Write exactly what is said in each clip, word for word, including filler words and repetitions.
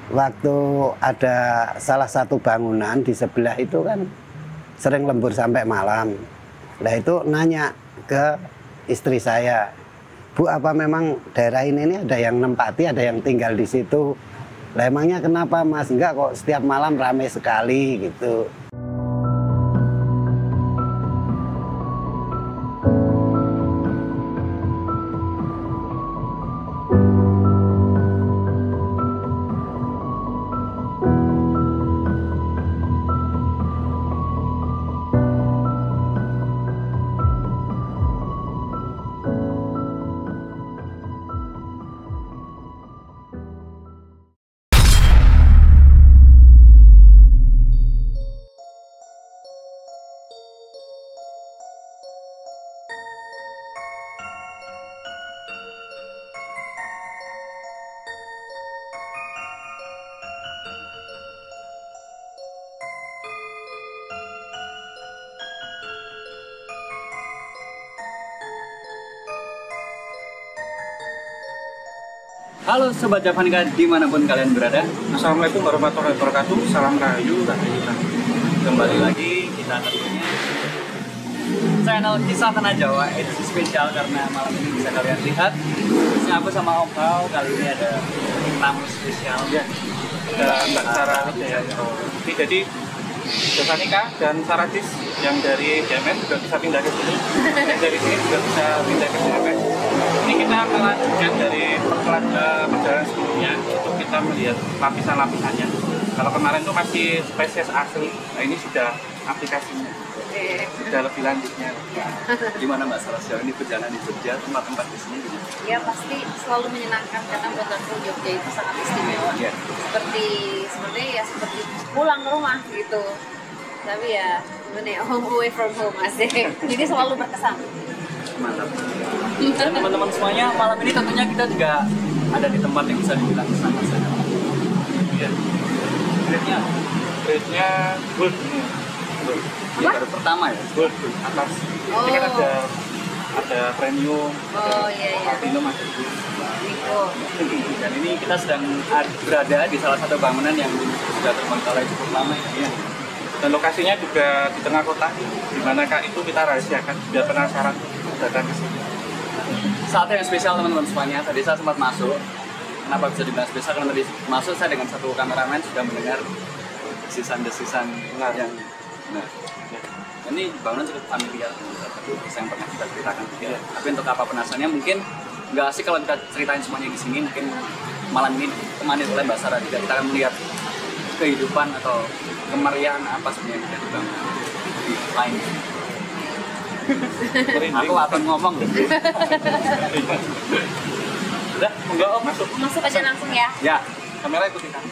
waktu ada salah satu bangunan di sebelah itu kan sering lembur sampai malam. Nah itu nanya ke istri saya, Bu, apa memang daerah ini, ini ada yang nempati, ada yang tinggal di situ? Lah emangnya kenapa Mas? Enggak kok, setiap malam ramai sekali gitu. Halo Sobat Javanika dimanapun kalian berada. Assalamualaikum warahmatullahi wabarakatuh. Salam Rahayu, Rahayu. Kembali lagi kita tentunya channel Kisah Tanah Jawa edisi spesial karena malam ini bisa kalian lihat ini aku sama Om Hao kali ini ada tamu spesial Ya, ada Mbak Sarah ya. Ini jadi Javanika dan Saradis yang dari G M S juga bisa pindah ke sini. Yang dari sini juga bisa pindah ke G M S. Ini kita melanjutkan dari perjalanan sebelumnya untuk kita melihat lapisan-lapisannya. Kalau kemarin itu masih spesies asli, nah ini sudah aplikasinya, sudah lebih lanjutnya. Gimana Mbak Sarah sejauh ini perjalanan di Jogja, tempat-tempat di sini gimana? Ya pasti selalu menyenangkan karena buat aku Jogja itu sangat istimewa. Ya. Seperti sebenarnya ya seperti pulang ke rumah gitu. Tapi ya gimana ya, home away from home asik. Jadi selalu berkesan. Mantap. Dan teman-teman semuanya, malam ini tentunya kita juga ada di tempat yang bisa dibilang sangat sangat. Ya. Grade-nya Grade-nya gold. Gold. ya, baru pertama ya. Gold atas. Oh. Ini kan ada ada premium, Oh iya iya. platinum, ada gold. Niko. Dan ini kita sedang ad- berada di salah satu bangunan yang sudah terbengkalai cukup lama ya. Dan lokasinya juga di tengah kota, di mana kak itu kita rahasiakan biar penasaran datang ke sini. Saatnya yang spesial teman-teman semuanya. Tadi saya sempat masuk. Kenapa bisa dibilang spesial? Karena tadi masuk saya dengan satu kameramen sudah mendengar desisan-desisan yang nah, ini bangunan cukup familiar satu yang pernah kita ceritakan. Ya. Tapi untuk apa penasarannya mungkin nggak asik kalau kita ceritain semuanya di sini. Mungkin malam ini temani oleh Mbak Sarah juga kita akan melihat kehidupan atau kemeriahan apa sebenarnya yang ada di bangunan di lain. Aku akan ngomong. Udah, enggak om, masuk. Masuk aja langsung ya. Ya, Kamera ikuti kan.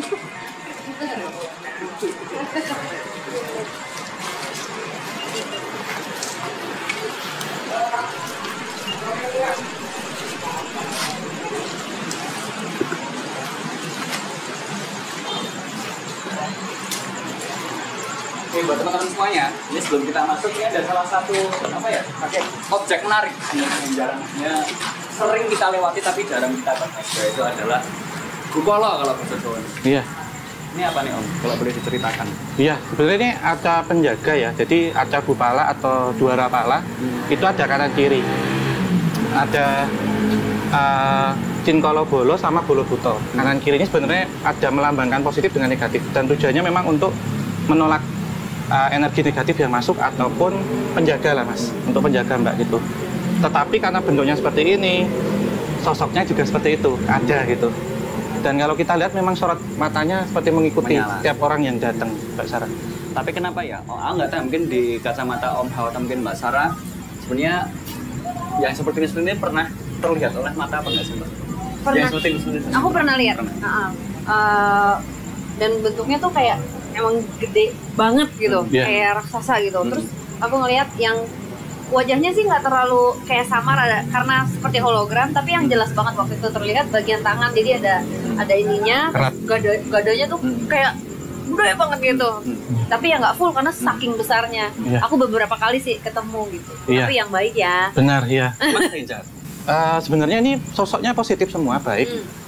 Oke, buat teman-teman semuanya, ini sebelum kita masuk ini ada salah satu apa ya, pakai objek menarik yang jarangnya sering kita lewati tapi jarang kita pakai. Yaitu adalah Gupolo kalau bahasa Jawa. Iya, Ini apa nih Om? Kalau boleh diceritakan. iya. Sebenarnya ini arca penjaga ya. Jadi arca Bupala atau Dwara Pala Hmm. itu ada kanan kiri. Ada uh, Cinkolo Bolo sama Bolo Buto. Kanan kiri ini sebenarnya ada melambangkan positif dengan negatif dan tujuannya memang untuk menolak uh, energi negatif yang masuk ataupun penjaga lah Mas, untuk penjaga Mbak gitu. Tetapi karena bentuknya seperti ini, sosoknya juga seperti itu, ada gitu. Dan kalau kita lihat memang sorot matanya seperti mengikuti Menyala. setiap orang yang datang, Mbak Sarah. Tapi kenapa ya? Oh, ah, nggak tahu mungkin di kacamata Om Hao atau mungkin Mbak Sarah sebenarnya yang seperti ini sebenarnya pernah terlihat oleh mata apa nggak sih Mbak? Pernah. Yang seperti ini seperti ini. Aku pernah lihat. Pernah. Heeh. Eh, dan bentuknya tuh kayak emang gede banget gitu, Iya. kayak raksasa gitu. Hmm. Terus aku ngelihat yang wajahnya sih nggak terlalu kayak samar ada karena seperti hologram, tapi yang jelas banget waktu itu terlihat bagian tangan, jadi ada ada ininya, Kerat. gado gadonya tuh Hmm. kayak gede banget gitu. Hmm. Tapi ya nggak full karena saking besarnya. Iya. Aku beberapa kali sih ketemu gitu. Iya. Tapi yang baik ya. Benar, ya. Mas Rizal. Uh, sebenarnya ini sosoknya positif semua, baik. Hmm.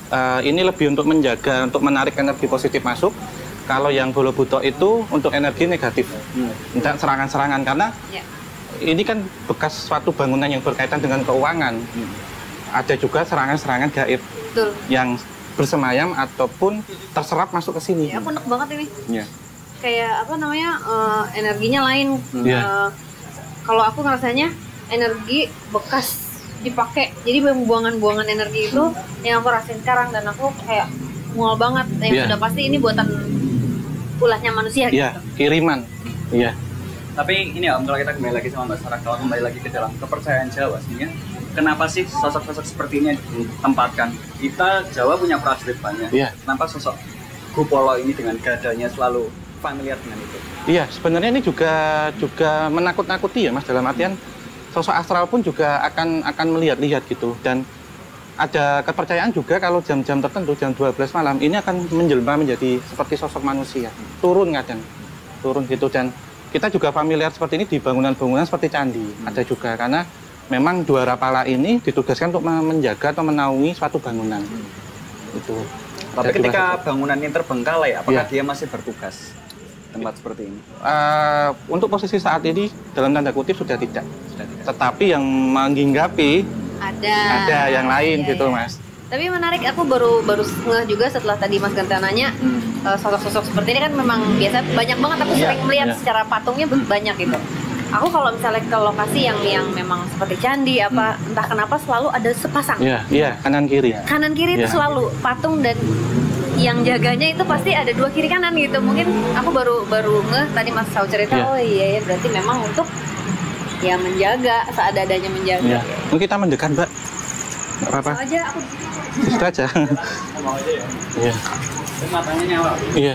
uh, ini lebih untuk menjaga, untuk menarik energi positif masuk. Kalau yang Bolobuto itu untuk energi negatif, hmm. dan serangan-serangan karena ya. Ini kan bekas suatu bangunan yang berkaitan dengan keuangan. Hmm. Ada juga serangan-serangan gaib Betul. Yang bersemayam ataupun terserap masuk ke sini. Ya, aku enak banget ini. Ya. Kayak apa namanya uh, energinya lain. Ya. Uh, kalau aku ngerasanya energi bekas dipakai, jadi buangan-buangan energi itu hmm. yang aku rasain sekarang dan aku kayak mual banget. Yang ya. Sudah pasti ini buatan ulahnya manusia. Iya, gitu. Kiriman. Iya. Tapi ini Om, kalau kita kembali lagi sama Mbak Sarah, kalau kembali lagi ke dalam kepercayaan Jawa sebenarnya, kenapa sih sosok-sosok seperti ini ditempatkan? Kita Jawa punya prajurit banyak. Iya. Kenapa sosok Gupolo ini dengan gadanya selalu familiar dengan itu? Iya, sebenarnya ini juga juga menakut-nakuti ya Mas, dalam artian sosok astral pun juga akan akan melihat-lihat gitu, dan ada kepercayaan juga kalau jam-jam tertentu, jam dua belas malam ini akan menjelma menjadi seperti sosok manusia, turun kadang, turun gitu. Dan kita juga familiar seperti ini di bangunan-bangunan seperti candi, hmm. ada juga karena memang dua rapala ini ditugaskan untuk menjaga atau menaungi suatu bangunan. Hmm. Itu. Tapi ketika bangunan ini terbengkalai, apakah ya. Dia masih bertugas tempat seperti ini? Uh, untuk posisi saat ini dalam tanda kutip sudah tidak. Sudah tidak. Tetapi yang menghinggapi ada, ada yang lain ya, gitu ya. Mas. Tapi menarik, aku baru baru ngeh juga setelah tadi Mas Ganta nanya, hmm. uh, sosok-sosok seperti ini kan memang biasa banyak banget, aku yeah, sering melihat yeah. secara patungnya banyak gitu. Aku kalau misalnya ke lokasi yang yang memang seperti candi apa hmm. entah kenapa selalu ada sepasang. Iya, yeah, iya, yeah, kanan kiri. Kanan kiri yeah. itu selalu patung, dan yang jaganya itu pasti ada dua kiri kanan gitu. Mungkin aku baru baru ngeh tadi Mas Sau cerita, yeah. oh iya ya berarti memang untuk ya menjaga, seadanya menjaga. Yeah. Mungkin kita mendekat, Mbak. Nggak apa-apa. Mau aja aku Itu aja. Mau aja ya? Iya. Matanya nyawa. Iya.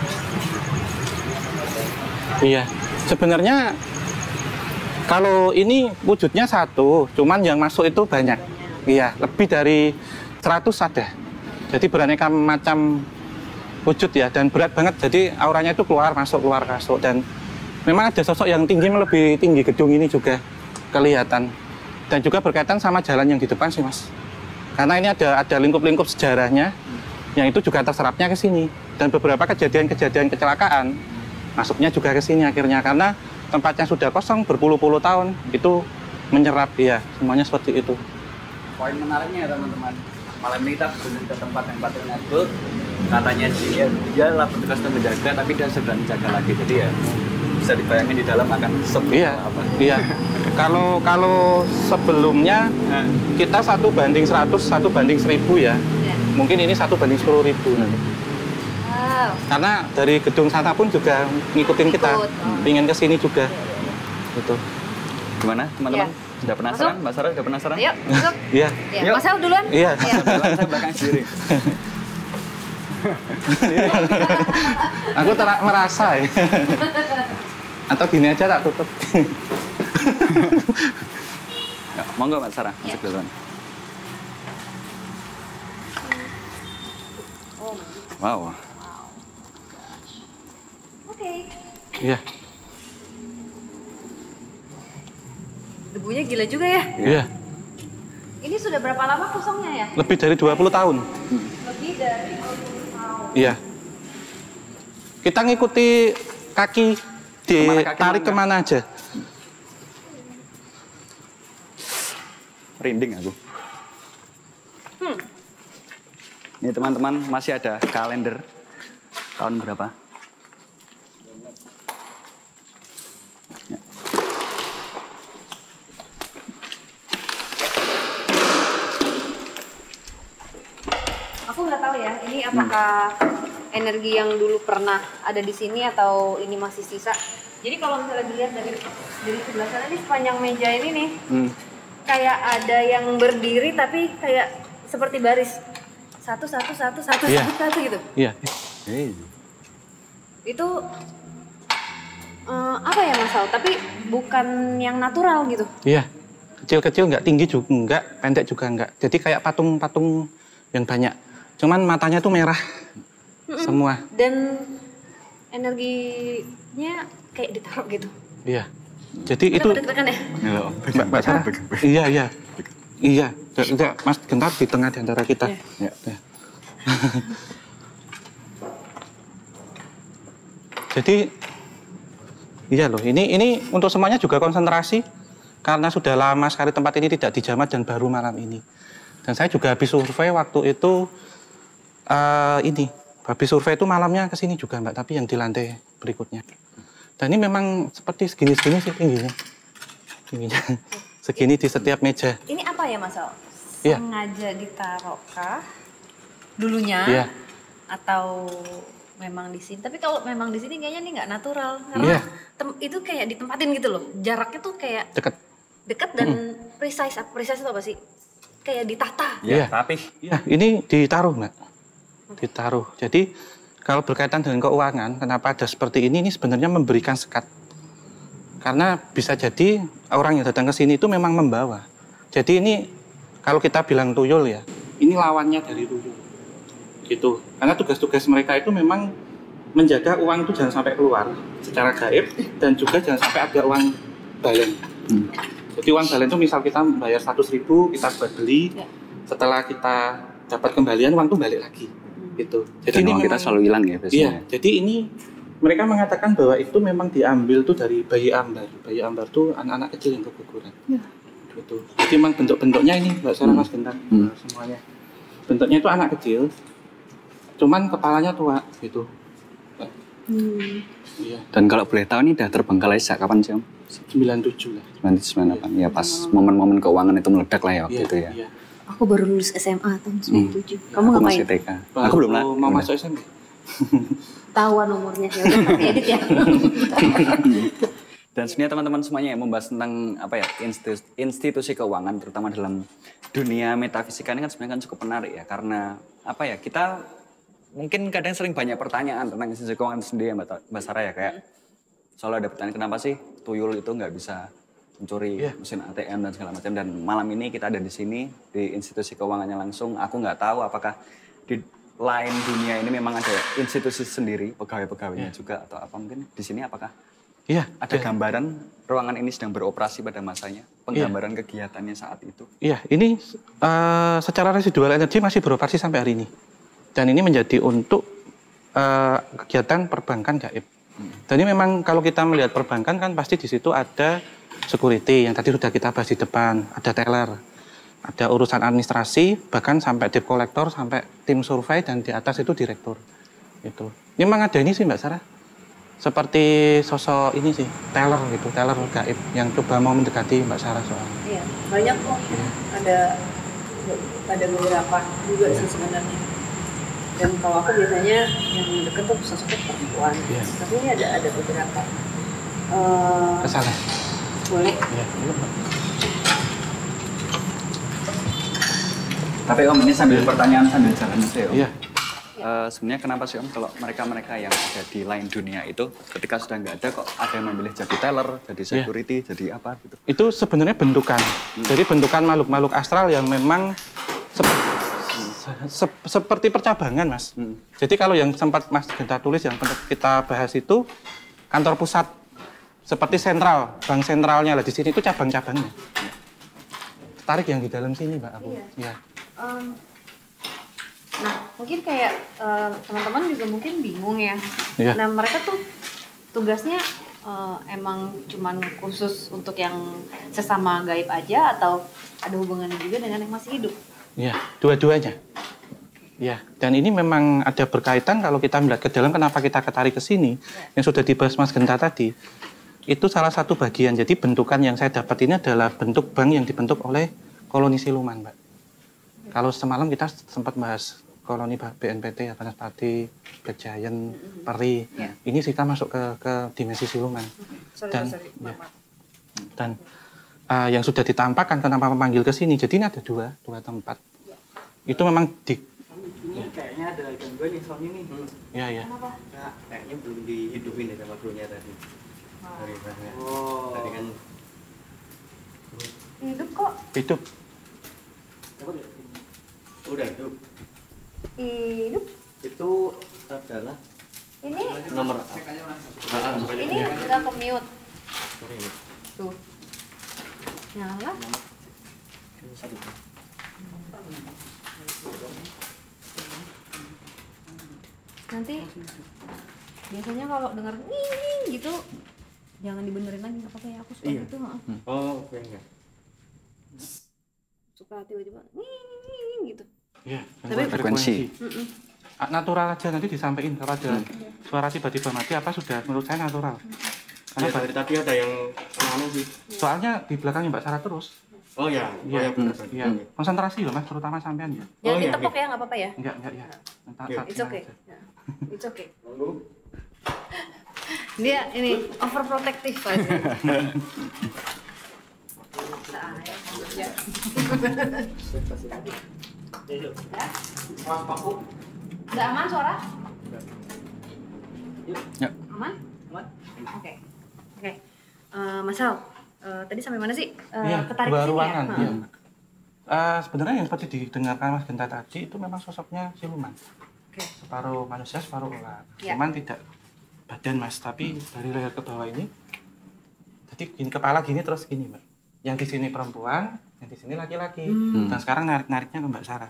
Iya. Sebenarnya kalau ini wujudnya satu, cuman yang masuk itu banyak. Iya, lebih dari seratus ada. Jadi beraneka macam wujud ya, dan berat banget. Jadi auranya itu keluar masuk keluar masuk, dan memang ada sosok yang tinggi melebihi tinggi gedung ini juga kelihatan. Dan juga berkaitan sama jalan yang di depan sih Mas. Karena ini ada ada lingkup-lingkup sejarahnya, yang itu juga terserapnya ke sini. Dan beberapa kejadian-kejadian kecelakaan masuknya juga ke sini akhirnya, karena tempatnya sudah kosong berpuluh-puluh tahun, itu menyerap ya, semuanya seperti itu. Poin menariknya ya teman-teman, malam ini kita berkunjung ke tempat yang patungnya itu, katanya dia dia lah petugas untuk menjaga, tapi dia sedang menjaga lagi, jadi ya bisa dibayangin di dalam akan seperti iya, apa. Iya. Kalau kalau sebelumnya kita satu banding seratus, satu banding seribu ya. ya. Mungkin ini satu banding sepuluh ribu nanti. Wow. Karena dari gedung sana pun juga ngikutin kita, Ikut. ingin ke sini juga. Gitu. Gimana teman-teman? Ya. Sudah penasaran? Mbak Sarah sudah penasaran? Yuk, masuk. Iya. Ya. Mas Al duluan? Iya. Ya. Saya belakang sendiri. Aku ter merasa ya. Atau gini aja tak tutup. Ya, monggo Mbak Sarah, masuk duluan. Wow. Oke. Iya. Debunya gila juga ya. Iya. Ini sudah berapa lama kosongnya ya? Lebih dari dua puluh tahun. Lebih dari dua puluh tahun. Iya. Kita ngikuti kaki, ditarik kemana aja. Rinding aku. Hmm. Ini teman-teman masih ada kalender tahun berapa? Ya. Aku nggak tahu ya, ini apakah hmm. energi yang dulu pernah ada di sini atau ini masih sisa. Jadi kalau misalnya dilihat dari dari sebelah sana ini sepanjang meja ini nih. Hmm. Kayak ada yang berdiri tapi kayak seperti baris satu satu satu satu yeah. satu satu gitu. Iya. Yeah. Hey. Itu uh, apa ya Mas Al? Tapi bukan yang natural gitu. Iya. Yeah. Kecil-kecil nggak, tinggi juga nggak, pendek juga nggak. Jadi kayak patung-patung yang banyak. Cuman matanya tuh merah mm-mm. semua. Dan energinya kayak ditaruh gitu. Iya. Yeah. Jadi kita itu deg-degan ya? Mbak, Mbak Sarah. Iya, iya. Iya, tidak Mas Gentar di tengah di antara kita. Ya. Ya. Jadi iya loh, ini ini untuk semuanya juga konsentrasi karena sudah lama sekali tempat ini tidak dijamat dan baru malam ini. Dan saya juga habis survei waktu itu uh, ini, habis survei itu malamnya ke sini juga Mbak, tapi yang di lantai berikutnya. Dan ini memang seperti segini-segini sih tingginya, tingginya segini di setiap meja. Ini apa ya Mas Al? Iya. Sengaja ditaruhkah dulunya? Iya. Atau memang di sini? Tapi kalau memang di sini kayaknya ini nggak natural karena Iya. tem- itu kayak ditempatin gitu loh. Jaraknya tuh kayak Dekat. dekat dan precise. Precise itu apa sih? Kayak ditata. Iya. Rapih. Iya, ini ditaruh Mbak, ditaruh. Jadi kalau berkaitan dengan keuangan, kenapa ada seperti ini? Ini sebenarnya memberikan sekat. Karena bisa jadi orang yang datang ke sini itu memang membawa. Jadi ini kalau kita bilang tuyul ya, ini lawannya dari tuyul. Gitu. Karena tugas-tugas mereka itu memang menjaga uang itu jangan sampai keluar secara gaib dan juga jangan sampai ada uang balen. Hmm. Jadi uang balen itu misal kita bayar seratus ribu, kita buat beli, ya. Setelah kita dapat kembalian uang itu balik lagi. Gitu. Jadi dan ini uang memang, kita selalu hilang ya biasanya. Iya, jadi ini mereka mengatakan bahwa itu memang diambil tuh dari bayi ambar. Bayi ambar tuh anak-anak kecil yang keguguran. Ya. Gitu. Jadi memang bentuk-bentuknya ini Mbak Sarah Mas Gentar, hmm. semuanya. Bentuknya itu anak kecil. Cuman kepalanya tua gitu. Hmm. Iya. Dan kalau boleh tahu ini udah terbengkalai sejak kapan sih Om? sembilan tujuh lah. sembilan tujuh sembilan delapan. Ya pas momen-momen keuangan itu meledak lah ya waktu iya, itu ya. Iya. Aku baru lulus S M A tahun sembilan tujuh. Hmm. Kamu aku ngapain? masih T K. Baru aku belum lah. Mau masuk S M P. Tahuan umurnya ya udah pakai edit ya. Dan sebenarnya teman-teman semuanya yang membahas tentang apa ya institusi, institusi keuangan terutama dalam dunia metafisika ini kan sebenarnya kan cukup menarik ya karena apa ya kita mungkin kadang sering banyak pertanyaan tentang institusi keuangan sendiri ya Mbak Sarah ya kayak soalnya ada pertanyaan kenapa sih tuyul itu nggak bisa mencuri yeah. mesin A T M dan segala macam dan malam ini kita ada di sini di institusi keuangannya langsung aku nggak tahu apakah di lain dunia ini memang ada institusi sendiri pegawai-pegawainya yeah. juga atau apa mungkin di sini apakah Iya, ada yeah. gambaran ruangan ini sedang beroperasi pada masanya, penggambaran yeah. kegiatannya saat itu. Iya, ini uh, secara residual energi masih beroperasi sampai hari ini. Dan ini menjadi untuk uh, kegiatan perbankan gaib. Hmm. Dan ini memang kalau kita melihat perbankan kan pasti di situ ada security yang tadi sudah kita bahas di depan, ada teller, ada urusan administrasi, bahkan sampai debt collector, sampai tim survei dan di atas itu direktur. Itu. Ini memang ada ini sih Mbak Sarah. Seperti sosok ini sih, teller gitu, teller gaib yang coba mau mendekati Mbak Sarah soalnya. Iya, banyak kok. Ada ada beberapa juga sih sebenarnya. Dan kalau aku biasanya yang deket tuh sosoknya perempuan. Iya. Tapi ini ada ada beberapa. Uh, Kesana. Boleh. Iya. Tapi Om ini sambil pertanyaan sambil jalan aja ya Om. Iya. Uh, sebenarnya kenapa sih Om kalau mereka-mereka yang ada di lain dunia itu ketika sudah nggak ada kok ada yang memilih jadi teller, jadi security, yeah. jadi apa gitu? Itu sebenarnya bentukan. Hmm. Jadi bentukan makhluk-makhluk astral yang memang sep hmm. se seperti percabangan Mas. Hmm. Jadi kalau yang sempat Mas Genta tulis yang kita bahas itu kantor pusat seperti sentral, bank sentralnya lah di sini itu cabang-cabangnya. Tarik yang di dalam sini Mbak aku. Iya. Ya. Um, Nah, mungkin kayak uh, teman-teman juga mungkin bingung ya. Yeah. Nah, mereka tuh tugasnya uh, emang cuman khusus untuk yang sesama gaib aja atau ada hubungannya juga dengan yang masih hidup? Iya, yeah, dua-duanya. Ya, dan ini memang ada berkaitan kalau kita melihat ke dalam kenapa kita ketarik ke sini yeah. yang sudah dibahas Mas Genta tadi. Itu salah satu bagian. Jadi bentukan yang saya dapat ini adalah bentuk bank yang dibentuk oleh koloni siluman, Mbak. Yeah. Kalau semalam kita sempat bahas koloni B N P T, Banaspati, Black Giant, Peri. Yeah. Ini kita masuk ke, ke dimensi siluman. Sorry, dan sorry. Ya, dan uh, yang sudah ditampakkan kenapa memanggil ke sini. Jadi ini ada dua, dua tempat. Yeah. Itu memang di. Ini kayaknya ada gangguan nih soalnya nih. Iya, iya. Kenapa? Nah, kayaknya belum dihidupin ya sama krunya tadi. Oh. Oh. Tadi kan Hidup kok. Hidup. Udah hidup. Hidup. Itu adalah ini nomor ini udah ke mute. Tuh. Nyala. Nanti biasanya kalau denger ning gitu jangan dibenerin lagi, nggak apa-apa ya, aku suka Iya. gitu. Heeh. Oh, oke enggak. Suka tiba-tiba ning gitu. Iya, Tapi- frekuensi. Mm-mm. Ah, natural aja, nanti disampaikan kalau ada suara tiba-tiba mati apa sudah menurut saya natural. Karena Iya, dari tadi ada yang anu sih. soalnya di belakangnya Mbak Sarah terus. Oh ya, oh Iya. ya benar. Iya, konsentrasi loh Mas, terutama sampean ya. Jangan Oh, iya, ditepok ya, nggak apa-apa ya. Enggak, enggak ya. Entar, Iya. entar, It's okay. aja. Ya. It's okay. Dia ini overprotective aja. Mas paku. Udah aman suara? Ya. Aman? Oke. Oke. Eh, Mas Al, eh, tadi sampai mana sih? Eh, Iya, ketarik dua sini ruangan. ya? Iya. Heeh. Eh, sebenarnya yang seperti didengarkan Mas Genta tadi itu memang sosoknya siluman. Oke. Separuh manusia, separuh ular. Ya. Cuman tidak badan Mas, tapi dari leher ke bawah ini. Jadi gini kepala gini terus gini Mbak. Yang di sini perempuan, yang di sini laki-laki. Hmm. Dan sekarang narik-nariknya ke Mbak Sarah.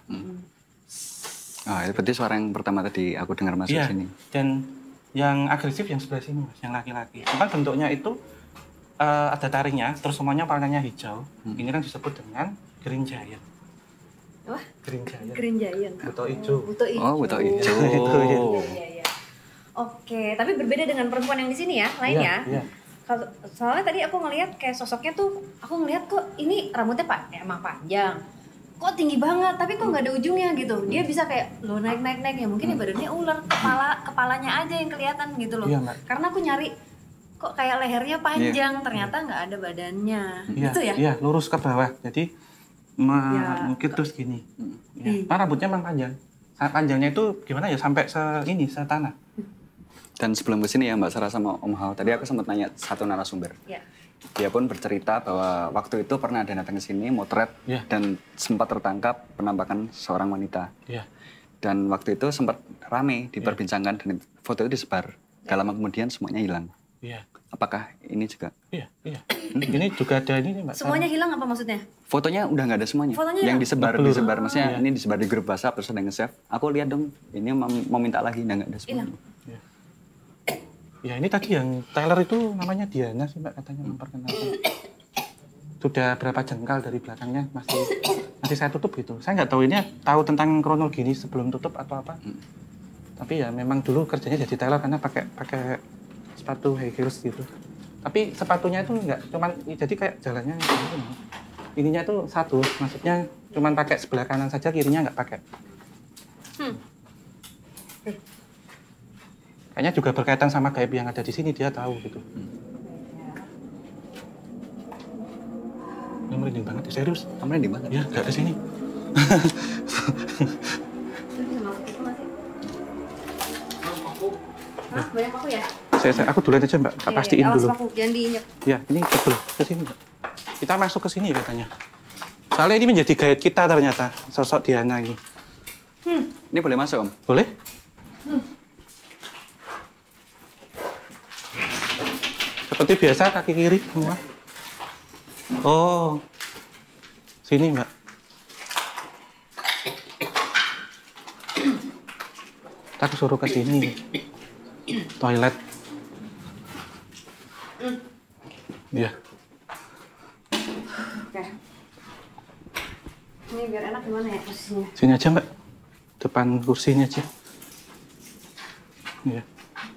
Ah, itu berarti suara yang pertama tadi aku dengar masuk Iya. sini. Dan yang agresif yang sebelah sini Mas, yang laki-laki. Cuman bentuknya itu eh, ada taringnya, terus semuanya warnanya hijau. Ini kan disebut dengan green giant. Wah, Green giant. Green Giant. Buto hijau. Buto hijau. Oh, buto hijau. Itu, iya. Iya, iya, iya. Oke, tapi berbeda dengan perempuan yang di sini ya, lain ya. Iya. Kalau soalnya tadi aku ngelihat kayak sosoknya tuh, aku ngelihat kok ini rambutnya pak, ya, emang panjang, kok tinggi banget, tapi kok nggak ada ujungnya gitu. Dia bisa kayak lo naik naik naik ya mungkin ya badannya ular, kepala kepalanya aja yang kelihatan gitu loh. Iya, Mbak. Karena aku nyari kok kayak lehernya panjang, ternyata nggak ada badannya. Iya, Itu ya? iya, lurus ke bawah. Jadi me- Ya. mungkin terus gini. Ya. Hmm. Nah, rambutnya memang panjang. Sangat panjangnya itu gimana ya sampai se ini setanah. Dan sebelum kesini ya Mbak Sarah sama Om Hao, tadi aku sempat nanya satu narasumber. Ya. Dia pun bercerita bahwa waktu itu pernah ada datang ke sini motret Iya. dan sempat tertangkap penampakan seorang wanita. Iya. Dan waktu itu sempat rame diperbincangkan dan foto itu disebar. Gak lama kemudian semuanya hilang. Iya. Apakah ini juga? Iya, iya. Ini juga ada ini Mbak. Semuanya hilang apa maksudnya? Fotonya udah nggak ada semuanya. Fotonya yang hilang? disebar, Blur. disebar. Maksudnya Iya. ini disebar di grup WhatsApp terus ada yang nge-save. Aku lihat dong, ini mau, mau minta lagi, udah nggak ada semuanya. Iya. Ya ini tadi yang Tyler itu namanya Diana sih Mbak katanya memperkenalkan. Sudah berapa jengkal dari belakangnya masih masih saya tutup gitu. Saya nggak tahu ini tahu tentang kronologi ini sebelum tutup atau apa. Hmm. Tapi ya memang dulu kerjanya jadi Tyler karena pakai pakai sepatu high heels gitu. Tapi sepatunya itu nggak cuman jadi kayak jalannya gitu. Ininya tuh satu, maksudnya cuman pakai sebelah kanan saja, kirinya nggak pakai. Hmm. Kayaknya juga berkaitan sama gaib yang ada di sini, dia tahu gitu. Ini merinding banget ya, serius. Kamu di mana? Ya, nggak ke sini. Itu bisa masuk itu nggak sih? Hah, banyak paku ya? Saya, saya, aku duluan aja Mbak, tak Iya, pastiin iya. Awas dulu. paku, jangan diinjek. Ya, ini betul, ke sini Mbak. Kita masuk ke sini katanya. Soalnya ini menjadi guide kita ternyata, sosok Diana ini. Hmm. Ini boleh masuk Om? Boleh? Seperti biasa, kaki kiri semua. Oh, sini Mbak. Aku suruh ke sini. Toilet. Iya. Oke. Ini biar enak gimana ya posisinya? Sini aja Mbak. Depan kursinya aja. Iya.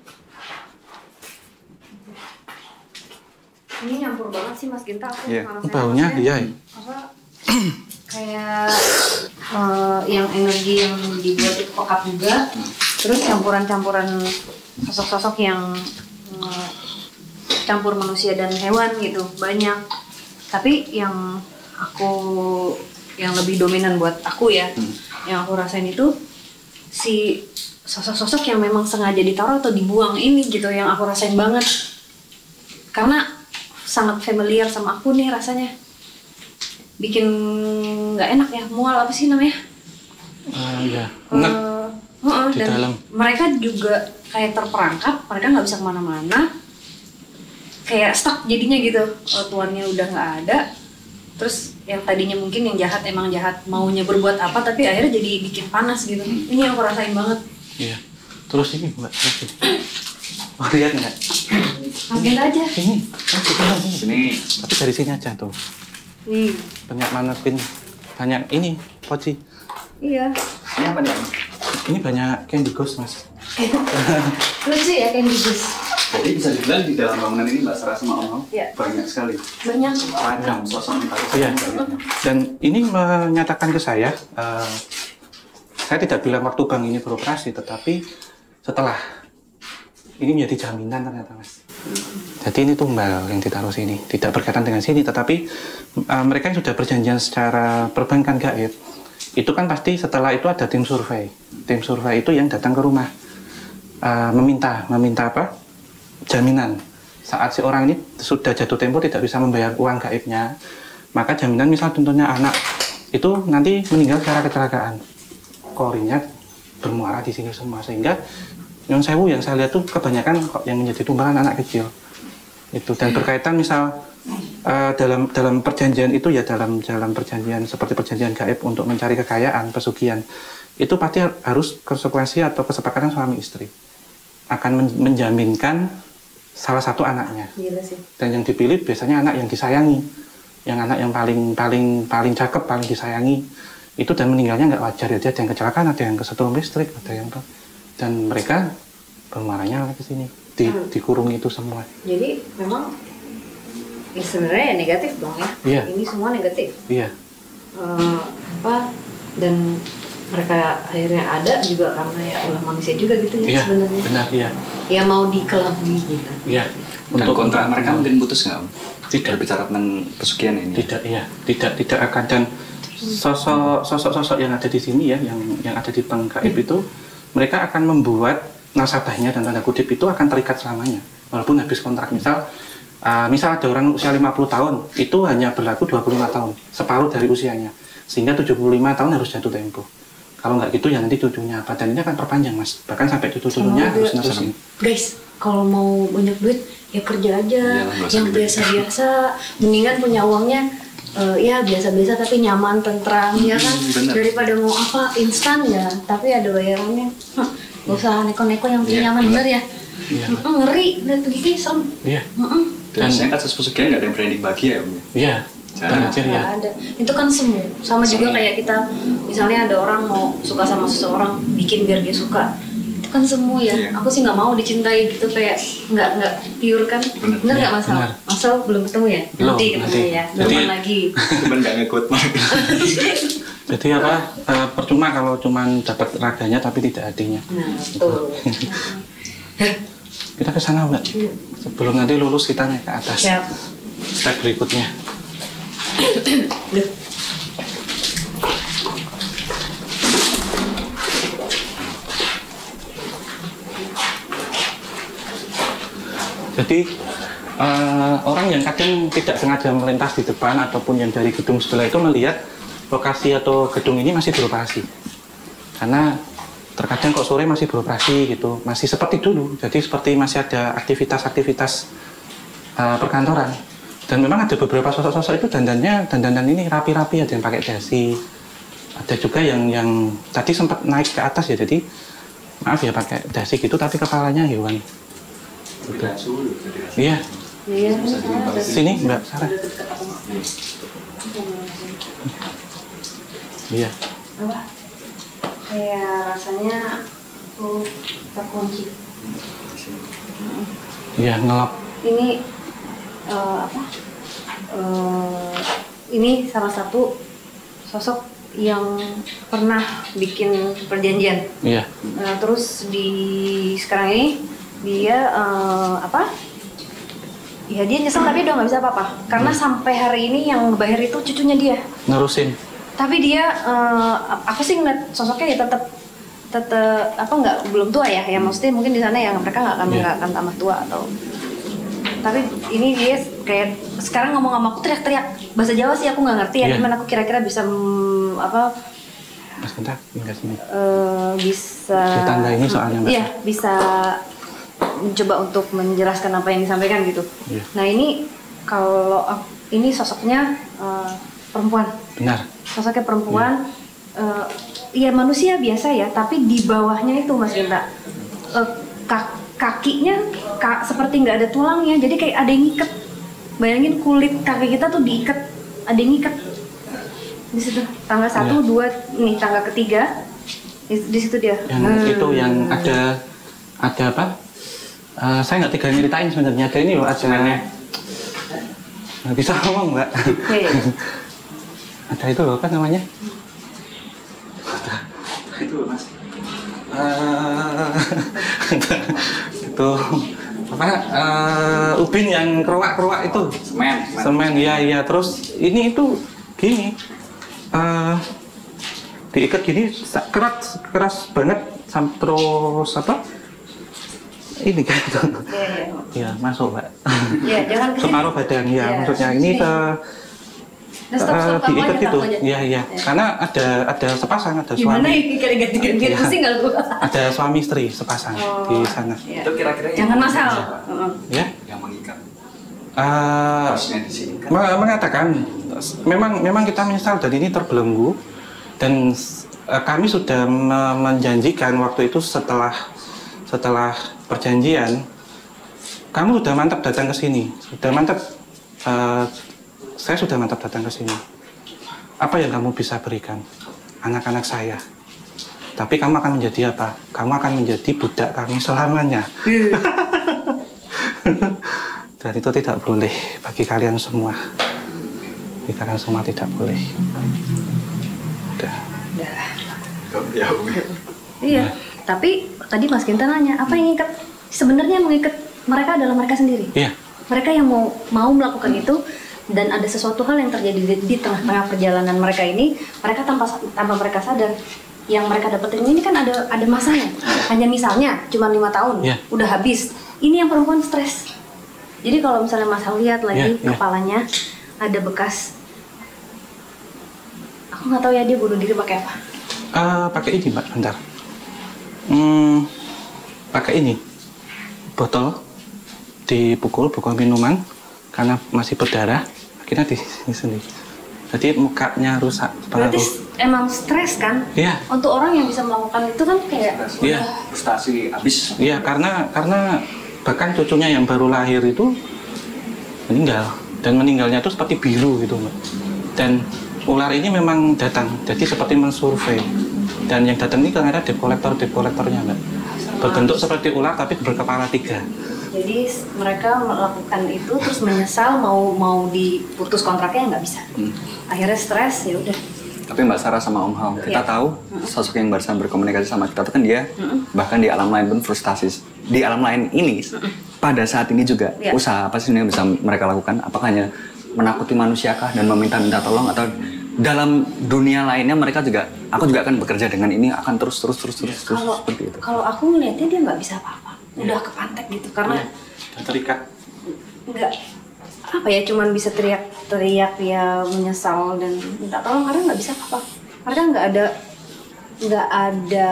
Ini nyampur banget sih Mas Ginta, aku Iya. ngerasain Baunya maksudnya, iya ya. apa kayak eh, yang energi yang dibuat itu pekat juga, terus campuran-campuran sosok-sosok yang eh, campur manusia dan hewan gitu banyak. Tapi yang aku yang lebih dominan buat aku ya, yang aku rasain itu si sosok-sosok yang memang sengaja ditaruh atau dibuang ini gitu, yang aku rasain banget karena sangat familiar sama aku nih rasanya, bikin nggak enak ya, mual apa sih namanya? Oh iya. Enggak. Eh, heeh, Di dan dalam. mereka juga kayak terperangkap, mereka nggak bisa kemana-mana, kayak stuck jadinya gitu. Eh, tuannya udah nggak ada, terus yang tadinya mungkin yang jahat emang jahat maunya berbuat apa, tapi akhirnya jadi bikin panas gitu. Ini yang aku rasain banget. Iya. Terus ini Mbak, terus ini. Oh, lihat nggak? Ambil aja. Ini, oh, ini. Sini. Tapi dari sini aja tuh. Nih. Banyak manapin, banyak ini, poci. Iya. Ini apa nih? Ini banyak candy ghost, Mas. Lucu ya Candy Ghost. Jadi bisa dibilang di dalam bangunan ini Mbak Sarah sama Om Iya. banyak sekali Banyak. ragam sosok mentari. Iya. Dan ini menyatakan ke saya, uh, saya tidak bilang waktu bank ini beroperasi, tetapi setelah ini menjadi jaminan ternyata, Mas. Jadi ini tumbal yang ditaruh sini, tidak berkaitan dengan sini, tetapi uh, mereka yang sudah perjanjian secara perbankan gaib, itu kan pasti setelah itu ada tim survei. Tim survei itu yang datang ke rumah, uh, meminta, meminta apa? Jaminan. Saat si orang ini sudah jatuh tempo tidak bisa membayar uang gaibnya, maka jaminan misal contohnya anak itu nanti meninggal secara kecelakaan, korinya bermuara di sini semua, sehingga Nyun Sewu yang saya lihat tuh kebanyakan kok yang menjadi tumbalan anak kecil itu. Dan berkaitan misal uh, dalam dalam perjanjian itu ya, dalam dalam perjanjian seperti perjanjian gaib untuk mencari kekayaan, pesugihan, itu pasti harus konsekuensi atau kesepakatan suami istri akan men menjaminkan salah satu anaknya. Gila sih. Dan yang dipilih biasanya anak yang disayangi, yang anak yang paling paling paling cakep, paling disayangi itu, dan meninggalnya nggak wajar ya, ada yang kecelakaan, ada yang kesetrum listrik, ada yang apa, dan mereka bermuaranya ke sini, di, Hmm. dikurung itu semua. Jadi memang ya sebenarnya negatif dong ya. Iya. Ini semua negatif. Iya, Eh, apa dan mereka akhirnya ada juga karena ya ulah manusia juga gitu ya iya, sebenarnya. benar, iya, Ya mau dikelabui gitu. iya. Untuk kontrak mereka mungkin putus nggak Om? Tidak. Berbicara tentang pesugihan ini. Tidak, iya, tidak, tidak akan. Dan sosok sosok-sosok yang ada di sini ya, yang yang ada di bank gaib itu, mereka akan membuat nasabahnya dan tanda kutip itu akan terikat selamanya, walaupun habis kontrak. Misal, uh, misal ada orang usia lima puluh tahun, itu hanya berlaku dua puluh lima tahun, separuh dari usianya, sehingga tujuh puluh lima tahun harus jatuh tempo. Kalau nggak gitu ya nanti cucunya apa, dan ini akan perpanjang, Mas, bahkan sampai cucu-cucunya Oh, harus iya. nerusin. Guys, kalau mau banyak duit ya kerja aja Iya, nggak usah yang gede-gede. biasa-biasa, mendingan punya uangnya eh, ya biasa-biasa tapi nyaman, tentram ya kan, bener. daripada mau apa instan ya tapi ada bayarannya. Hah, gak usah neko-neko yang penting Iya, nyaman, bener ya. Iya. Mm, ngeri lihat begitu serem. Iya, Mm-mm. Biasanya kasus pesugihan nggak ada yang berani dibagi ya Om? iya, Jarang. anjir ya. Nggak ada. Itu kan semu. Sama juga kayak kita, misalnya ada orang mau suka sama seseorang, bikin biar dia suka. Itu kan semu ya. Iya. Aku sih nggak mau dicintai gitu, kayak nggak nggak pure kan. Bener. Bener nggak Iya, masalah? bener. Masal belum ketemu ya? Belum, Nanti ketemu nanti. ya. Jadi- Berapa lagi? Cuman nggak ngekut mah. Jadi apa, eh, percuma kalau cuman dapat raganya tapi tidak hatinya. Nah, betul. Kita ke sana, Mbak. Sebelum nanti lulus kita naik ke atas. Siap. Step berikutnya. Duh. Jadi eh, orang yang kadang tidak sengaja melintas di depan ataupun yang dari gedung sebelah itu melihat lokasi atau gedung ini masih beroperasi. Karena terkadang kok sore masih beroperasi gitu, masih seperti dulu. Jadi seperti masih ada aktivitas-aktivitas eh, perkantoran. Dan memang ada beberapa sosok-sosok itu dandannya, dandanan ini rapi-rapi, ada yang pakai dasi. Ada juga yang yang tadi sempat naik ke atas ya, jadi maaf ya pakai dasi gitu tapi kepalanya hewan. Iya, Iya. sini Mbak Sarah. Iya, Apa? Kayak rasanya tuh terkunci. iya ngelap. Ini eh, apa? Eh, ini salah satu sosok yang pernah bikin perjanjian. Iya, Nah, terus di sekarang ini dia eh, apa? Ya dia nyesel tapi udah nggak bisa apa-apa karena sampai hari ini yang bayar itu cucunya dia. nerusin. Tapi dia, eh, aku sih ngeliat sosoknya ya tetap tetap apa nggak belum tua ya, ya maksudnya mungkin di sana ya mereka nggak akan Iya. nggak akan tambah tua atau. Tapi ini dia kayak sekarang ngomong sama aku teriak-teriak bahasa Jawa sih aku nggak ngerti ya, Iya. cuman aku kira-kira bisa mm, apa Mas Genta, tinggal sini. eh, bisa. Ditanda ini soalnya, Mbak. Iya bisa mencoba untuk menjelaskan apa yang disampaikan gitu. Iya. Nah ini kalau ak- ini sosoknya eh, perempuan. Benar. Sosoknya perempuan, eh, ya manusia biasa ya, tapi di bawahnya itu Mas Genta uh, kak, kakinya ka, seperti nggak ada tulangnya, jadi kayak ada yang ngiket. Bayangin kulit kaki kita tuh diikat, ada yang ngiket di situ. Tangga satu, dua, nih tangga ketiga, di, di situ dia. Yang hmm. itu yang ada ada apa? Uh, saya nggak tinggal nyeritain sebenarnya. Ada ini loh, ada nggak bisa ngomong mbak. Yeah. Ada itu loh, apa namanya? Itu mas. Uh, itu apa? Uh, ubin yang keruak-keruak itu. Semen. Semen, iya iya. Terus ini itu gini, uh, diikat gini keras keras banget, sampai terus apa? Ini kayak gitu. Iya, iya. Iya, masuk mbak. Iya, jangan ke separuh badan ya, ya. maksudnya ini ke Nah, stop, stop, uh, kamu diikat aja, gitu. kamu aja. Iya iya. Ya. Karena ada ada sepasang, ada Gimana suami. ini kali ganti-ganti Iya. pusing nggak gua? Ada suami istri sepasang Oh, di sana. iya. Itu kira-kira yang Jangan mana masalah. siapa? Heeh. Ya. Yang mengikat. Uh, Harusnya di sini kan. me- mengatakan memang memang kita menyesal dan ini terbelenggu dan uh, kami sudah me- menjanjikan waktu itu setelah setelah perjanjian kamu sudah mantap datang ke sini, sudah mantap uh, saya sudah mantap datang ke sini. Apa yang kamu bisa berikan? Anak-anak saya. Tapi kamu akan menjadi apa? Kamu akan menjadi budak kami selamanya. Dan itu tidak boleh bagi kalian semua. Bagi kalian semua tidak boleh. Udah. Udah. Iya. Tapi tadi Mas Ginta nanya, apa yang ngikat? Sebenarnya yang mengikat mereka adalah mereka sendiri. Iya. Mereka yang mau mau melakukan itu. Dan ada sesuatu hal yang terjadi di, di tengah-tengah perjalanan mereka ini, mereka tanpa tanpa mereka sadar, yang mereka dapetin ini kan ada ada masanya. Hanya misalnya cuma lima tahun, Yeah. udah habis. Ini yang perempuan stres. Jadi kalau misalnya Mas Al lihat lagi Yeah, yeah. kepalanya ada bekas, aku nggak tahu ya dia bunuh diri pakai apa. Uh, pakai ini mbak, bentar. Hmm, pakai ini botol dipukul, pukul minuman karena masih berdarah. Akhirnya di sini sendiri. Jadi mukanya rusak. Berarti emang stres kan? Iya. Untuk orang yang bisa melakukan itu kan kayak Iya. Frustasi habis. Iya, karena karena bahkan cucunya yang baru lahir itu meninggal dan meninggalnya itu seperti biru gitu mbak. Dan ular ini memang datang, jadi seperti mensurvei. Dan yang datang ini kan ada debt collector, debt collectornya mbak. Berbentuk seperti ular tapi berkepala tiga. Jadi mereka melakukan itu terus menyesal mau mau diputus kontraknya nggak bisa. Hmm. Akhirnya stres ya udah. Tapi Mbak Sarah sama Om Hao, kita Iya. tahu sosok yang barusan berkomunikasi sama kita tuh kan dia bahkan di alam lain pun frustasi. Di alam lain ini pada saat ini juga Iya. usaha apa sih yang bisa mereka lakukan? Apakah hanya menakuti manusiakah dan meminta-minta tolong atau dalam dunia lainnya mereka juga aku juga akan bekerja dengan ini akan terus terus terus terus, terus Kalau seperti itu. kalau aku ngeliatnya dia nggak bisa apa-apa. Udah kepantek gitu karena Dan terikat. nggak apa ya cuman bisa teriak-teriak ya menyesal dan minta tolong karena nggak bisa apa-apa. Mereka nggak ada nggak ada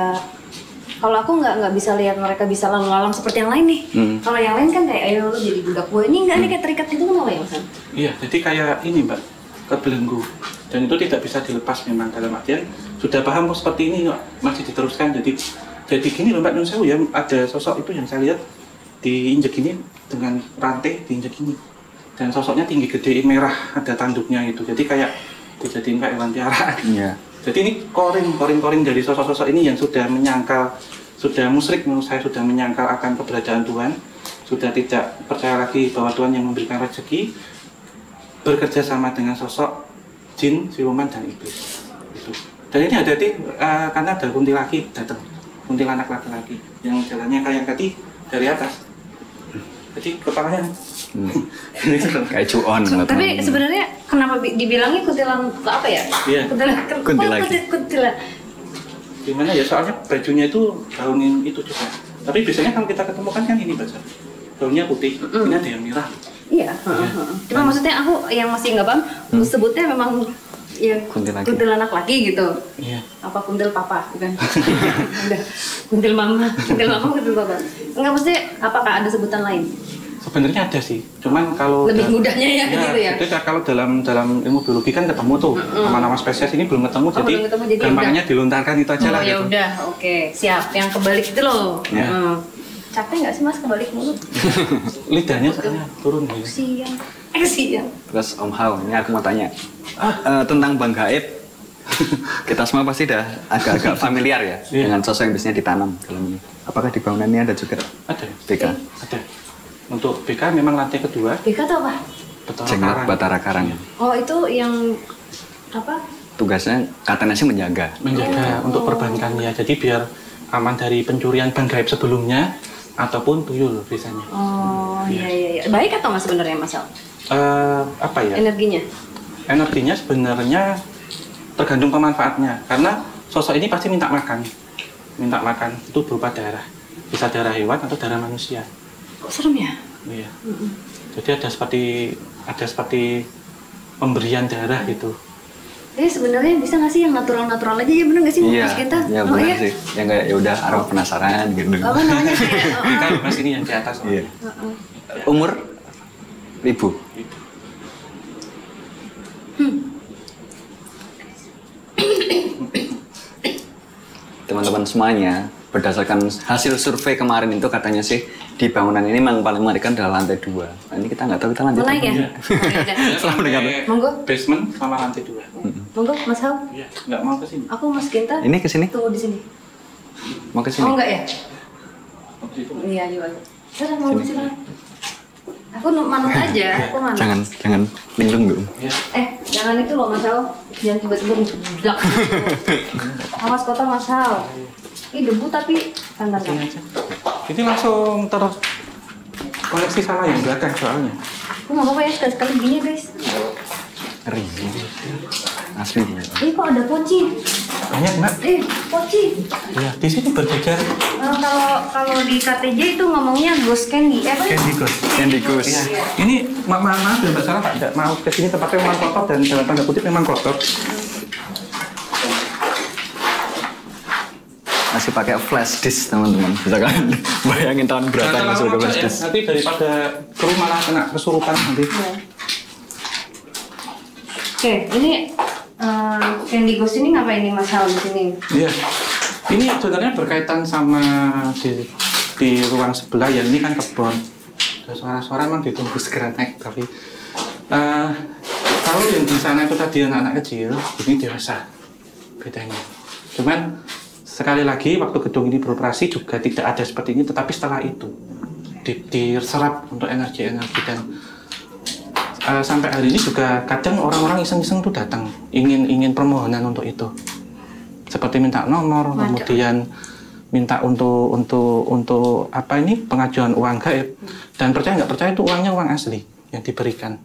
kalau aku nggak nggak bisa lihat mereka bisa lalu lalang seperti yang lain nih. Hmm. Kalau yang lain kan kayak ayo lu jadi budak gue ini nggak nih kayak terikat gitu kan apa ya Mas? Iya, jadi kayak ini mbak, kebelenggu. Dan itu tidak bisa dilepas memang dalam artian sudah paham kok seperti ini kok masih diteruskan. Jadi jadi gini loh mbak Nun Sewu ya, ada sosok itu yang saya lihat diinjek ini dengan rantai diinjek ini. Dan sosoknya tinggi gede merah, ada tanduknya itu. Jadi kayak dijadiin kayak hewan piaraan. Iya. Jadi ini korin, korin-korin dari sosok-sosok ini yang sudah menyangkal, sudah musyrik menurut saya, sudah menyangkal akan keberadaan Tuhan, sudah tidak percaya lagi bahwa Tuhan yang memberikan rezeki, bekerja sama dengan sosok jin, siluman, dan iblis. Gitu. Dan ini ada di, uh, karena ada kuntilaki datang, kuntilanak laki-laki yang jalannya kayak tadi dari atas. Jadi kepalanya Hmm. Kayak cuon. Tapi sebenarnya kenapa bi- dibilangnya kuntilan apa ya? Iya. Kuntilan. Kuntilaki. Kuntil- Kuntilan. gimana ya, soalnya bajunya itu daun itu juga. Tapi biasanya kalau kita ketemukan kan ini baca, daunnya putih, ini ada yang merah. Iya. Cuma maksudnya aku yang masih nggak paham, sebutnya memang ya Kuntilanak. kuntilanak laki gitu. Iya. Apa kuntil papa bukan? Udah. Kuntil mama, kuntil mama, kuntil papa. Enggak, maksudnya apakah ada sebutan lain? Sebenarnya ada sih, cuman kalau Lebih mudahnya ya, gitu ya? Itu kalau dalam dalam ilmu biologi kan ketemu tuh nama-nama spesies ini belum ketemu, Oh, jadi, belum ketemu, jadi gampangnya dilontarkan itu aja Oh lah. ya gitu. udah, oke, siap. Yang kebalik itu loh. Ya. Hmm. Capek nggak sih mas kebalik mulu? Lidahnya soalnya turun gitu. Siang, eh siang. Terus Om Hao, ini aku mau tanya Eh, tentang Bang Gaib. Kita semua pasti udah agak-agak familiar ya Iya. dengan sosok yang biasanya ditanam dalam ini. Apakah di bangunan ini ada juga Ada, B K? ada. Untuk B K memang lantai kedua, B K tuh apa? betul Jenglot Batara Karang. Oh itu yang apa? Tugasnya katanya sih menjaga. menjaga untuk perbankan ya, jadi biar aman dari pencurian bank gaib sebelumnya ataupun tuyul biasanya. Oh iya iya. iya. Baik atau nggak sebenarnya mas Al? Eh, apa ya? Energinya? Energinya sebenarnya tergantung pemanfaatnya, karena sosok ini pasti minta makan, minta makan itu berupa darah, bisa darah hewan atau darah manusia. Kok serem ya? Iya. Jadi ada seperti ada seperti pemberian darah gitu. Jadi sebenarnya bisa nggak sih yang natural-natural aja ya bener nggak sih Iya, mas kita? ya Oh, benar iya? sih. Yang kayak ya udah arwah penasaran gitu. Apa namanya kayak? Oh, oh. Kan mas ini yang di atas. Iya. Oh, oh. Umur ribu. Teman-teman semuanya, berdasarkan hasil survei kemarin itu katanya sih di bangunan ini memang paling mengerikan adalah lantai dua. Nah, ini kita nggak tahu, kita lanjut. Mau naik ya? apa. Oh, ya udah. Selamat dengar. Monggo. Basement sama lantai dua. Monggo mas Hao. Iya, nggak mau ke sini. Aku mas Kinta. Ini ke sini? Tunggu di sini. Mau ke sini? Oh enggak ya? Waktu itu. Iya juga. Sudah mau ke sini. Aku nu- manut aja, aku manut. Jangan, jangan linglung dulu. Iya. Eh, jangan itu loh Mas Hao. Jangan tiba-tiba ngeblak. Awas kota Mas Hao. Ini debu tapi tanda Sini aja. Ini langsung terkoneksi sama yang belakang soalnya. Aku nggak apa-apa ya sekali-sekali gini ya guys. Ngeri. Asli. Ini kok ada poci? Banyak mbak. Eh, poci. Iya, di sini berjajar Eh, kalau kalau di K T J itu ngomongnya ghost candy. Eh, apa? Candy Ghost. Candy Ghost. Iya. Ini ma ma maaf ya mbak Sarah, Pak, tidak mau ke sini, tempatnya memang kotor dan dalam tanda kutip memang kotor. Masih pakai flash disk teman-teman. Bisa kan? Bayangin tahun berapa yang masuk ke flash ya, disk. nanti daripada kru malah kena kesurupan nanti. Oke, ini eh, candy ghost ini ngapain nih Mas Hao di sini? Iya. Ini sebenarnya berkaitan sama di, di ruang sebelah ya, ini kan kebun. Ada suara-suara emang ditunggu segera naik, tapi eh, kalau yang di sana itu tadi anak-anak kecil, ini dewasa bedanya. Cuman sekali lagi waktu gedung ini beroperasi juga tidak ada seperti ini, tetapi setelah itu di- diserap untuk energi-energi dan uh, sampai hari ini juga kadang orang-orang iseng-iseng tuh datang ingin ingin permohonan untuk itu, seperti minta nomor, Waduh. kemudian minta untuk untuk untuk apa ini pengajuan uang gaib, dan percaya nggak percaya itu uangnya uang asli yang diberikan.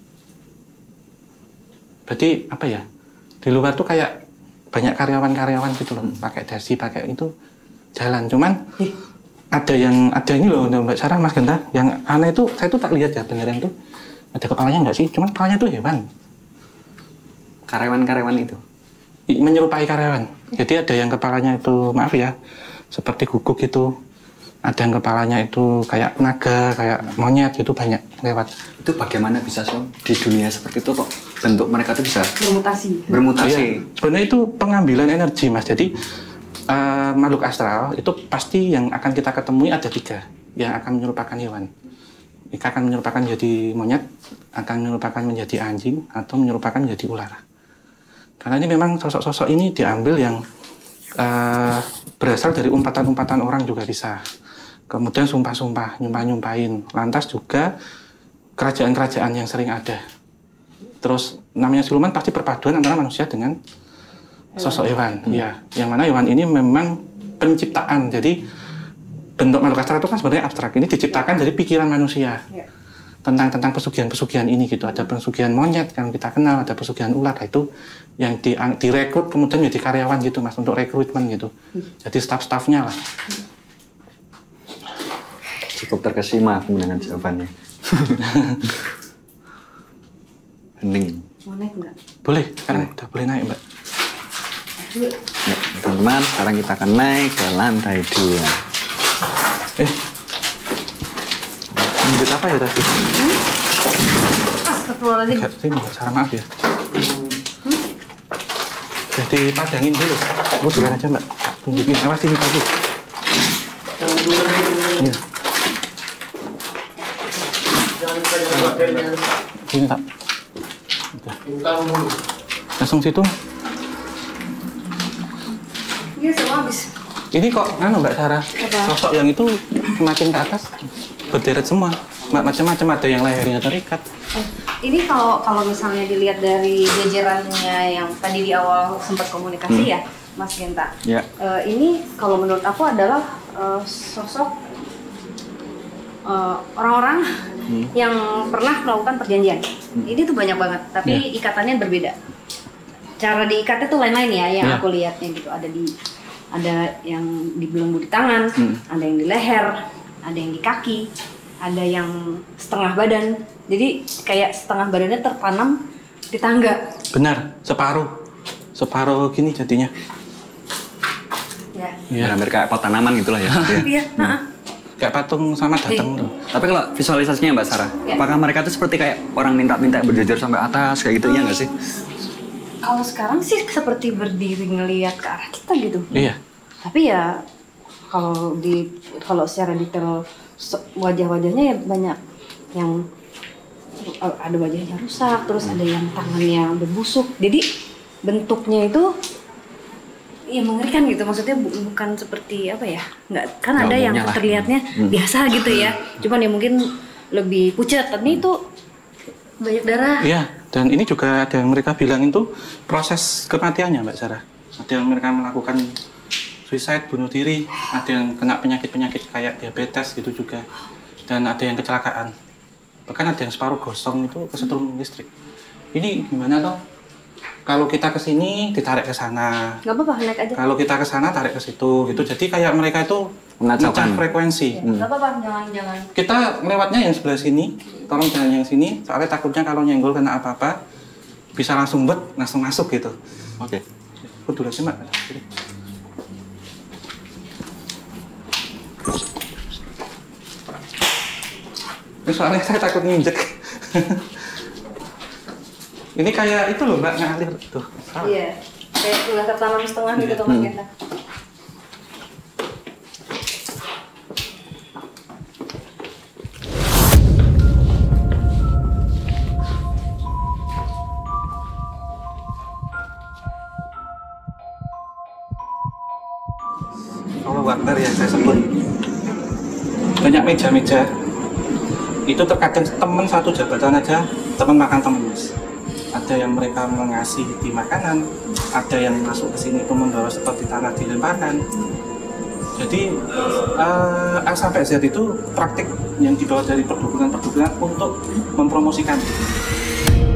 Berarti apa ya, di luar tuh kayak banyak karyawan-karyawan gitu loh, pakai dasi, pakai itu jalan. Cuman ada yang ada ini loh Mbak Sarah, Mas Genta, yang aneh itu saya tuh tak lihat ya beneran tuh ada kepalanya nggak sih? Cuman kepalanya tuh hewan, Karyawan-karyawan itu. I- menyerupai karyawan. Jadi ada yang kepalanya itu maaf ya seperti guguk gitu, ada yang kepalanya itu kayak naga, kayak monyet gitu, banyak lewat. Itu bagaimana bisa sih di dunia seperti itu kok bentuk mereka tuh bisa Bermutasi. bermutasi? Iya, sebenarnya itu pengambilan energi Mas. Jadi uh, makhluk astral itu pasti yang akan kita ketemui ada tiga yang akan menyerupakan hewan. Jika akan menyerupakan menjadi monyet, akan menyerupakan menjadi anjing, atau menyerupakan menjadi ular. Karena ini memang sosok-sosok ini diambil yang uh, berasal dari umpatan-umpatan orang juga bisa. Kemudian sumpah-sumpah, nyumpah-nyumpahin. Lantas juga kerajaan-kerajaan yang sering ada. Terus namanya siluman pasti perpaduan antara manusia dengan sosok hewan. Ya, yang mana hewan ini memang penciptaan. Jadi bentuk makhluk astral itu kan sebenarnya abstrak. Ini diciptakan dari pikiran manusia. Ya. Tentang tentang pesugihan-pesugihan ini gitu. Ada pesugihan monyet yang kita kenal, ada pesugihan ular. Nah, itu yang di, direkrut kemudian menjadi karyawan gitu Mas, untuk rekrutmen gitu. Jadi staf-stafnya lah. Cukup terkesima aku mendengar jawabannya. Hening. Mau naik nggak? Boleh, kan udah boleh naik Mbak. Ya, teman-teman, sekarang kita akan naik ke lantai dua. Eh, Lanjut apa ya tadi? Hmm? Astagfirullahaladzim. Enggak, sini, cara maaf ya. Hmm? Jadi padangin dulu. Oh, duluan aja mbak. Tunjukin, awas sini tadi. Iya. Sini tak. Langsung situ. Iya, semua habis. Ini kok, anu Mbak Sarah, Apa? sosok yang itu semakin ke atas berderet semua, macam-macam, ada yang lehernya terikat. Eh, ini kalau kalau misalnya dilihat dari jajarannya yang tadi di awal sempat komunikasi Hmm. ya, Mas Genta. Ya. Eh, ini kalau menurut aku adalah eh, sosok eh, orang-orang Hmm. yang pernah melakukan perjanjian. Hmm. Ini tuh banyak banget, tapi Ya. ikatannya berbeda. Cara diikatnya tuh lain-lain ya, yang Ya. aku lihatnya gitu. Ada di ada yang dibelenggu di tangan, Hmm. ada yang di leher, ada yang di kaki, ada yang setengah badan. Jadi kayak setengah badannya tertanam di tangga. Benar, separuh, separuh gini jadinya. Ya. Iya. Hampir kayak pot tanaman gitulah ya. Iya. heeh. Kayak patung sama datang tuh. Tapi kalau visualisasinya Mbak Sarah, Ya. apakah mereka itu seperti kayak orang minta-minta berjajar sampai atas kayak gitu, iya nggak sih? Kalau sekarang sih seperti berdiri ngelihat ke arah kita gitu. Iya. Tapi ya kalau di kalau secara detail se- wajah-wajahnya ya banyak yang eh, ada wajahnya rusak, terus ada yang tangannya berbusuk. Jadi bentuknya itu ya mengerikan gitu. Maksudnya bu- bukan seperti apa ya? Nggak, kan Ya, ada yang umumnya lah. terlihatnya Hmm. biasa gitu ya. Cuman ya mungkin lebih pucat. Tapi itu banyak darah. Iya, dan ini juga ada yang mereka bilang itu proses kematiannya Mbak Sarah. Ada yang mereka melakukan suicide, bunuh diri, ada yang kena penyakit-penyakit kayak diabetes gitu juga. Dan ada yang kecelakaan. Bahkan ada yang separuh gosong itu kesetrum listrik. Ini gimana toh? Kalau kita ke sini ditarik ke sana. Nggak apa-apa, naik aja. Kalau kita ke sana tarik ke situ gitu. Jadi kayak mereka itu Mengacaukan. mecah frekuensi. Nggak apa-apa, jangan-jangan. Kita lewatnya yang sebelah sini, tolong jangan yang sini, soalnya takutnya kalau nyenggol kena apa-apa bisa langsung bet, langsung masuk gitu. Oke. Aku dulu aja Mbak. Sini. Ini soalnya saya takut nginjek. Ini kayak itu loh Mbak, ngalir tuh. Ah. Iya, kayak udah tertanam setengah gitu tuh Mas Hmm. Genta. Allah Akbar ya saya sebut. Banyak meja-meja. Itu terkadang teman satu jabatan aja, teman makan teman mas. Ada yang mereka mengasih di makanan, ada yang masuk ke sini itu membawa seperti tanah dilemparkan. Jadi uh, A sampai Z itu praktik yang dibawa dari perdukunan-perdukunan untuk mempromosikan.